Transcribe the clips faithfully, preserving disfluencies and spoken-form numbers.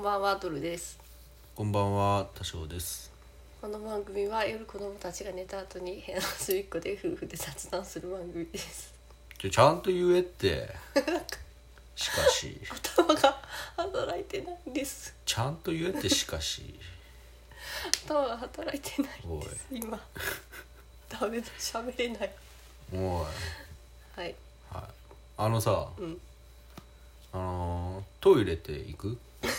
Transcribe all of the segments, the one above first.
んばんは、ドルです。 こんばんは、多少です。 この番組は夜子供たちが寝た後に部屋の隅っこで夫婦で雑談する番組です。 ちょちゃんと言えってしかし頭が働いてないんです。 ちゃんと言えってしかし頭が働いてないんです今。ダメだ、喋れない。 おいはい、 はい、あのさ、 うん、 あのー、トイレって行く？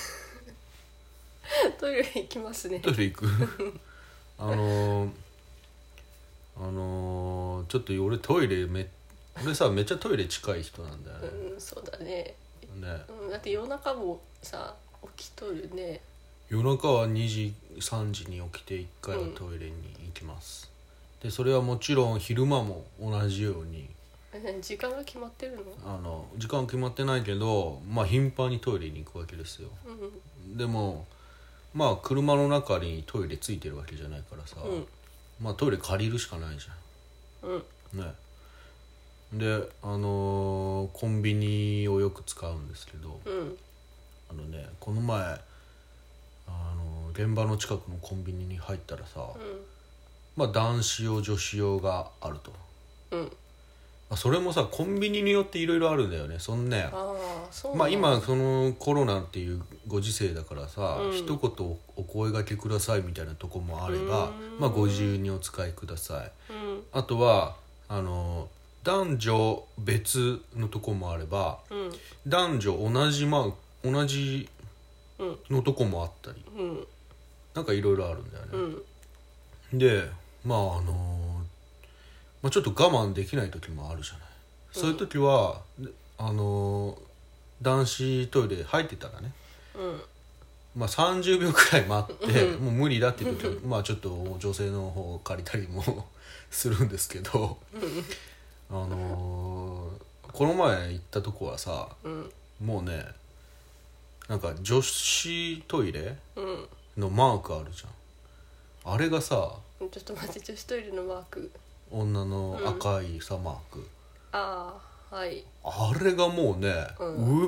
トイレ行きますね。 トイレ行くあのー、あのー、ちょっと俺トイレめ俺さめっちゃトイレ近い人なんだよね。 うん、そうだね。 ね、 うん、だって夜中もさ起きとるね。 夜中はにじさんじに起きていっかいはトイレに行きます、うん、でそれはもちろん昼間も同じように時間が決まってるの？ あの時間決まってないけど、まあ頻繁にトイレに行くわけですよ、うん、でもまあ車の中にトイレついてるわけじゃないからさ、うん、まあトイレ借りるしかないじゃん、うん、ねであのー、コンビニをよく使うんですけど、うん、あのねこの前あのー、現場の近くのコンビニに入ったらさ、うん、まあ男子用女子用があると、うんそれもさコンビニによっていろいろあるんだよね。そんねあそうまあ今そのコロナっていうご時世だからさ、うん、一言お声掛けくださいみたいなとこもあれば、まあご自由にお使いください、うん、あとはあの男女別のとこもあれば、うん、男女同じまあ同じのとこもあったり、うん、なんかいろいろあるんだよね、うん、でまああのまあ、ちょっと我慢できない時もあるじゃない、うん、そういう時はあのー、男子トイレ入ってたらね、うんまあ、さんじゅうびょうくらい待って、うん、もう無理だっていう時は、まあ、ちょっと女性の方を借りたりもするんですけど、あのー、この前行ったとこはさ、うん、もうねなんか女子トイレのマークあるじゃん。あれがさちょっと待って、女子トイレのマーク女の赤いさ、うん、マークああはいあれがもうね、うん、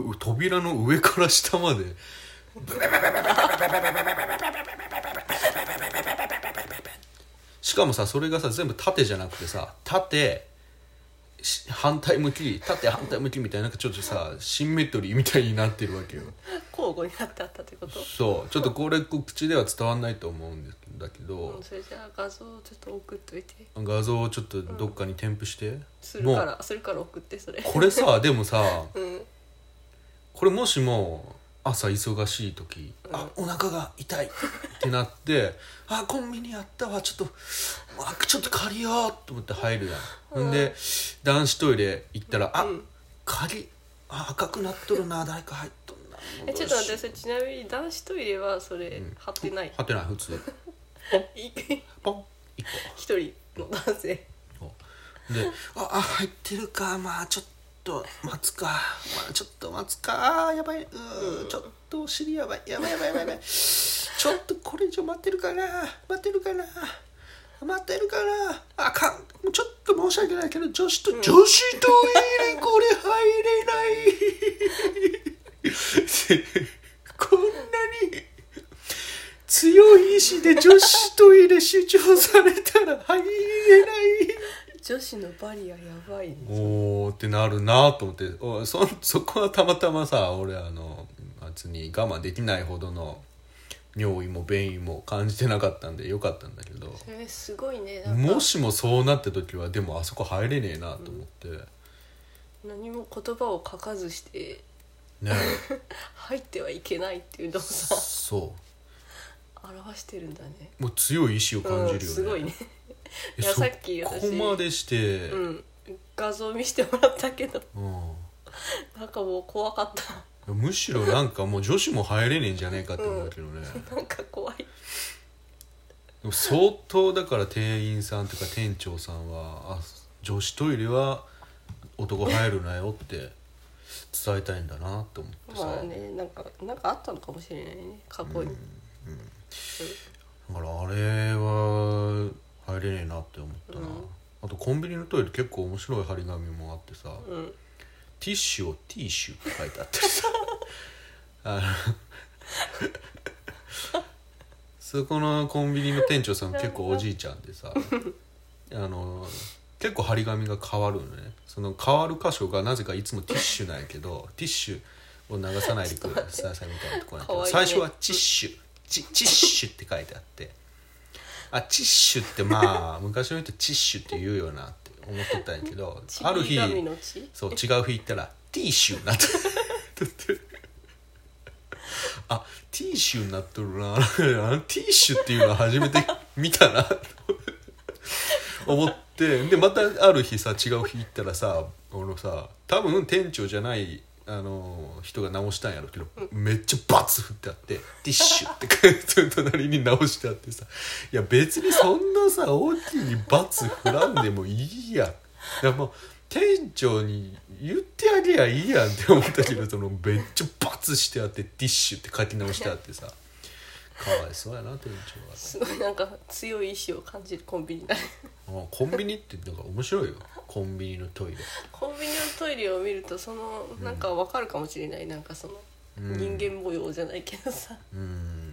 う扉の上から下までしかもさそれがさ全部縦じゃなくてさ縦反対向き縦反対向きみたいな、なんかちょっとさシンメトリーみたいになってるわけよ。 交互になってあったってこと？ そうちょっとこれ口では伝わんないと思うんだけど、 うん、それじゃあ画像をちょっと送っといて。 画像をちょっとどっかに添付して、うん、 するからするから送ってそれこれさでもさ、うん、これもしも朝忙しい時、うん、あお腹が痛いってなってあコンビニやったわちょっとあちょっと借りようと思って入るやん、うん、で男子トイレ行ったら、うん、あ鍵あ赤くなっとるな誰か入っとんなえちょっと待って、それちなみに男子トイレはそれ、うん、貼ってない貼ってない普通ポン一人の男性でああ入ってるかまあちょっと待つか、まあ、ちょっと待つかやばいうー、うん、ちょっとお尻やばいやばいやばいやばいやばいちょっとこれ以上待ってるかな待ってるかな待ってるかなあかんちょっと申し訳ないけど女子と、うん、女子トイレこれ入れないこんなに強い意志で女子トイレ主張されたら入れない女子のバリアやばいね。 おーってなるなと思ってお そ, そこはたまたまさ俺あの別に我慢できないほどの尿意も便意も感じてなかったんでよかったんだけど、 それすごいね。 もしもそうなった時はでもあそこ入れねえなと思って、うん、 何も言葉を書かずしてね入ってはいけないっていうのをさそう表してるんだね。 もう強い意志を感じるよね、うん、 すごいねいやさっき私ここまでして、 うん、画像見せてもらったけど、うん、なんかもう怖かったむしろなんかもう女子も入れねえんじゃねえかって思うけどね、 うん、なんか怖い。でも相当だから店員さんとか店長さんはあ女子トイレは男入るなよって伝えたいんだなって思ってさ、 まあねなんかなんかあったのかもしれないね過去に、うんうん、 だからあれは入れねえなって思ったな、うん、あとコンビニのトイレ結構面白い張り紙もあってさ、うん、ティッシュをティッシュって書いてあったりさあのそこのコンビニの店長さん結構おじいちゃんでさあの結構張り紙が変わるのね。その変わる箇所がなぜかいつもティッシュなんやけどティッシュを流さないでくださいみたいなところなんやけど、ね、最初はチッシュチチッシュって書いてあって、あチッシュってまあ昔の人チッシュって言うよなって思ってたんやけどある日そう違う日行ったらティッシュになってあティッシュになっとるなティッシュっていうのは初めて見たなと思ってでまたある日さ違う日行ったらさ俺のさ多分店長じゃないあの人が直したんやろうけど、うん、めっちゃバツ振ってあってティッシュって隣に直してあってさいや別にそんなさ大きいにバツ振らんでもいいやん。いやもう店長に言ってあげやいいやんって思ったけどそのめっちゃバツしてあってティッシュって書き直してあってさかわいそうやな店長は。 すごいなんか強い意志を感じるコンビニだねあコンビニってなんか面白いよ。コンビニのトイレコンビニのトイレを見るとそのなんか分かるかもしれない、うん、なんかその人間模様じゃないけどさ、 うん、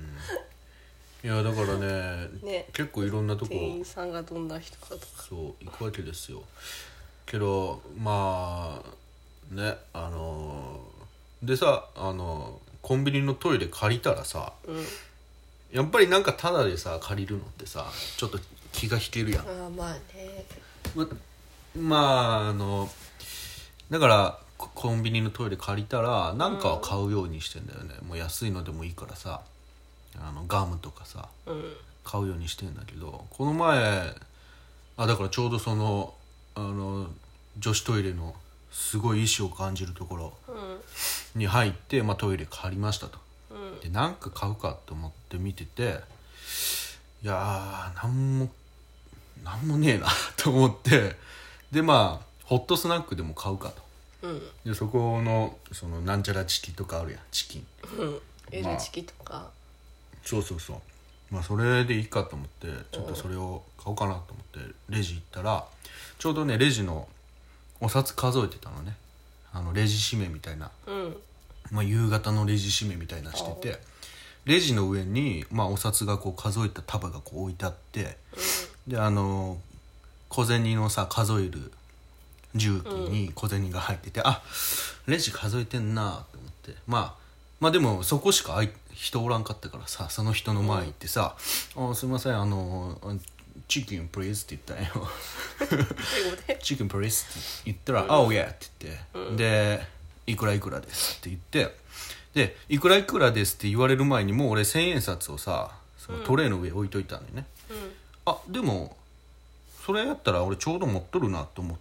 いやだからね、ね結構いろんなとこ店員さんがどんな人かとかそう行くわけですよ。けどまあねあのでさあのコンビニのトイレ借りたらさ、うん、やっぱりなんかタダでさ借りるのってさちょっと気が引けるやん。 あまあねままああのだからコンビニのトイレ借りたらなんかは買うようにしてんだよね、うん、もう安いのでもいいからさあのガムとかさ、うん、買うようにしてんだけどこの前あだからちょうどそのあの女子トイレのすごい意志を感じるところに入って、まあ、トイレ借りましたと、うん、でなんか買うかと思って見てていやーなんもなんもねえなと思ってでまあホットスナックでも買うかと、うん、でそこのそのなんちゃらチキとかあるやんチキン、 うん、L チキとか、まあ、 そうそうそうまあそれでいいかと思ってちょっとそれを買おうかなと思ってレジ行ったらちょうどねレジのお札数えてたのねあのレジ締めみたいな、うんまあ、夕方のレジ締めみたいなしててレジの上に、まあ、お札がこう数えた束がこう置いてあって、うん、であの小銭のさ数える重機に小銭が入ってて、うん、あレジ数えてんなと思ってまあまあでもそこしか人おらんかったからさその人の前行ってさ「うん、あすいませんあのチキンプリーズ」って言ったんよチキンプリーズって言ったら「あ、うん、おや」って言って、うん、で「いくらいくらです」って言ってでいくらいくらですって言われる前にもう俺千円札をさそのトレイの上置いといたんだよね、うん、あでもそれやったら俺ちょうど持っとるなと思って、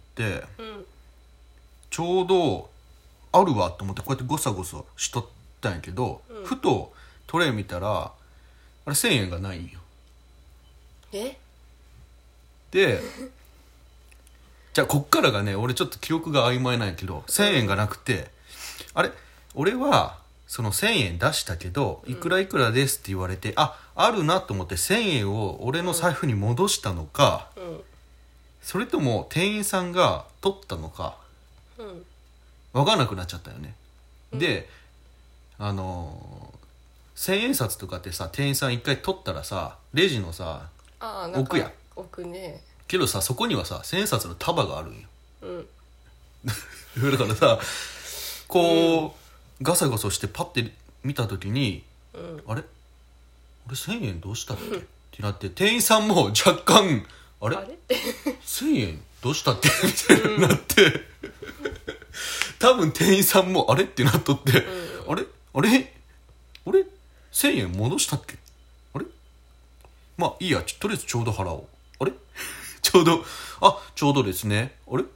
うん、ちょうどあるわと思ってこうやってゴサゴサしとったんやけど、うん、ふとトレイ見たらあれせんえんがないんよ。 えでじゃあこっからがね俺ちょっと記憶が曖昧なんやけどせんえんがなくてあれ俺はそのせんえん出したけどいくらいくらですって言われて、うん、ああるなと思ってせんえんを俺の財布に戻したのか、うん、それとも店員さんが取ったのか、うん、分かんなくなっちゃったよね、うん、であの千円札とかってさ店員さん一回取ったらさレジのさあ置くやん置くねけどさそこにはさ千円札の束があるんよ、うん、だからさこう、うんガサガサしてパッて見た時に、うん、あれ俺せんえんどうしたっけ、うん、ってなって店員さんも若干あれ, あれせんえんどうしたっけみたいになって、うん、多分店員さんもあれってなっとって、うん、あれあれ俺せんえん戻したっけあれまあいいやとりあえずちょうど払おうあれちょうどあちょうどですねあれ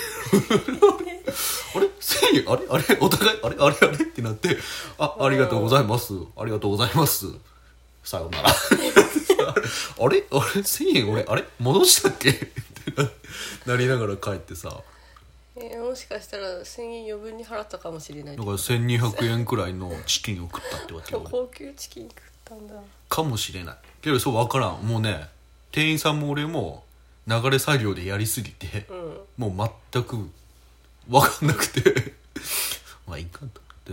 あれせんえんあれあれお互いあれあれあれってなってあありがとうございますありがとうございますさようならあれあれせんえん俺あれ戻したっけってなりながら帰ってさ、 えー、もしかしたらせんえん余分に払ったかもしれないだからせんにひゃくえんくらいのチキンを食ったってわけよ高級チキン食ったんだかもしれないけどそう分からんもうね店員さんも俺も流れ作業でやりすぎて、うん、もう全く分かんなくてまあいいかと思って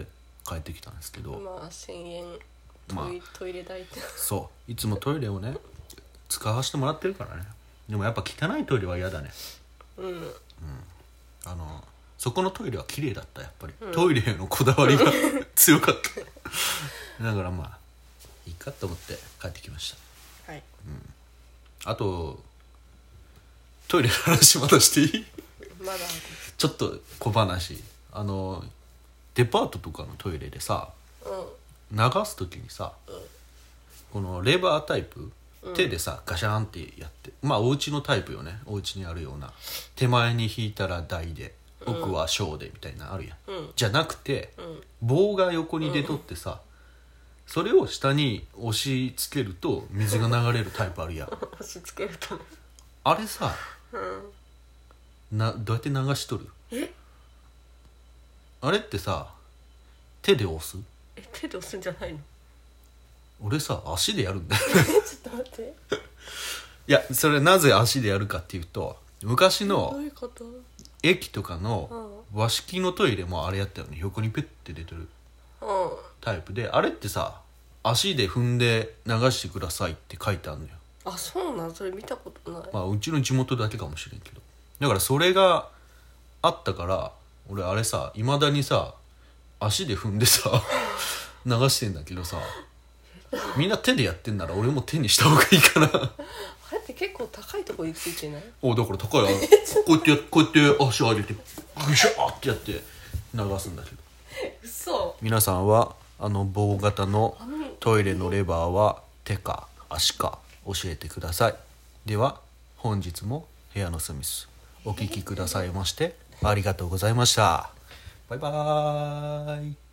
帰ってきたんですけど、 まあせんえんトイ、 まあ、 トイレ代ってそういつもトイレをね使わせてもらってるからね。でもやっぱ汚いトイレは嫌だね。 うん、うん、 あのそこのトイレは綺麗だった。やっぱり、うん、トイレへのこだわりが強かっただからまあいいかと思って帰ってきました。はい、うん、あとトイレの話まだしていい？まだちょっと小話。あのデパートとかのトイレでさ、うん、流す時にさ、うん、このレバータイプ、うん、手でさガシャンってやって、まあお家のタイプよね。お家にあるような手前に引いたら大で奥は小でみたいなあるやん、うん、じゃなくて、うん、棒が横に出とってさ、うん、それを下に押し付けると水が流れるタイプあるやん押し付けるとあれさ、うん、などうやって流しとる？えあれってさ手で押す？ え手で押すんじゃないの？ 俺さ足でやるんだよちょっと待っていやそれなぜ足でやるかっていうと、昔の駅とかの和式のトイレもあれやったよね。横にペッて出てるタイプで、あれってさ足で踏んで流してくださいって書いてあるのよ。 あ、そうなん？それ見たことない。 まあうちの地元だけかもしれんけど、だからそれがあったから俺あれさいまだにさ足で踏んでさ流してんだけどさ、みんな手でやってんなら俺も手にした方がいいかなあれって結構高いところについてない？ おだから高いこうやってこうやって足上げてグシャーってやって流すんだけど嘘。 皆さんはあの棒型のトイレのレバーは手か足か教えてください。では本日も部屋のスミスお聞きくださいましてありがとうございました。バイバーイ。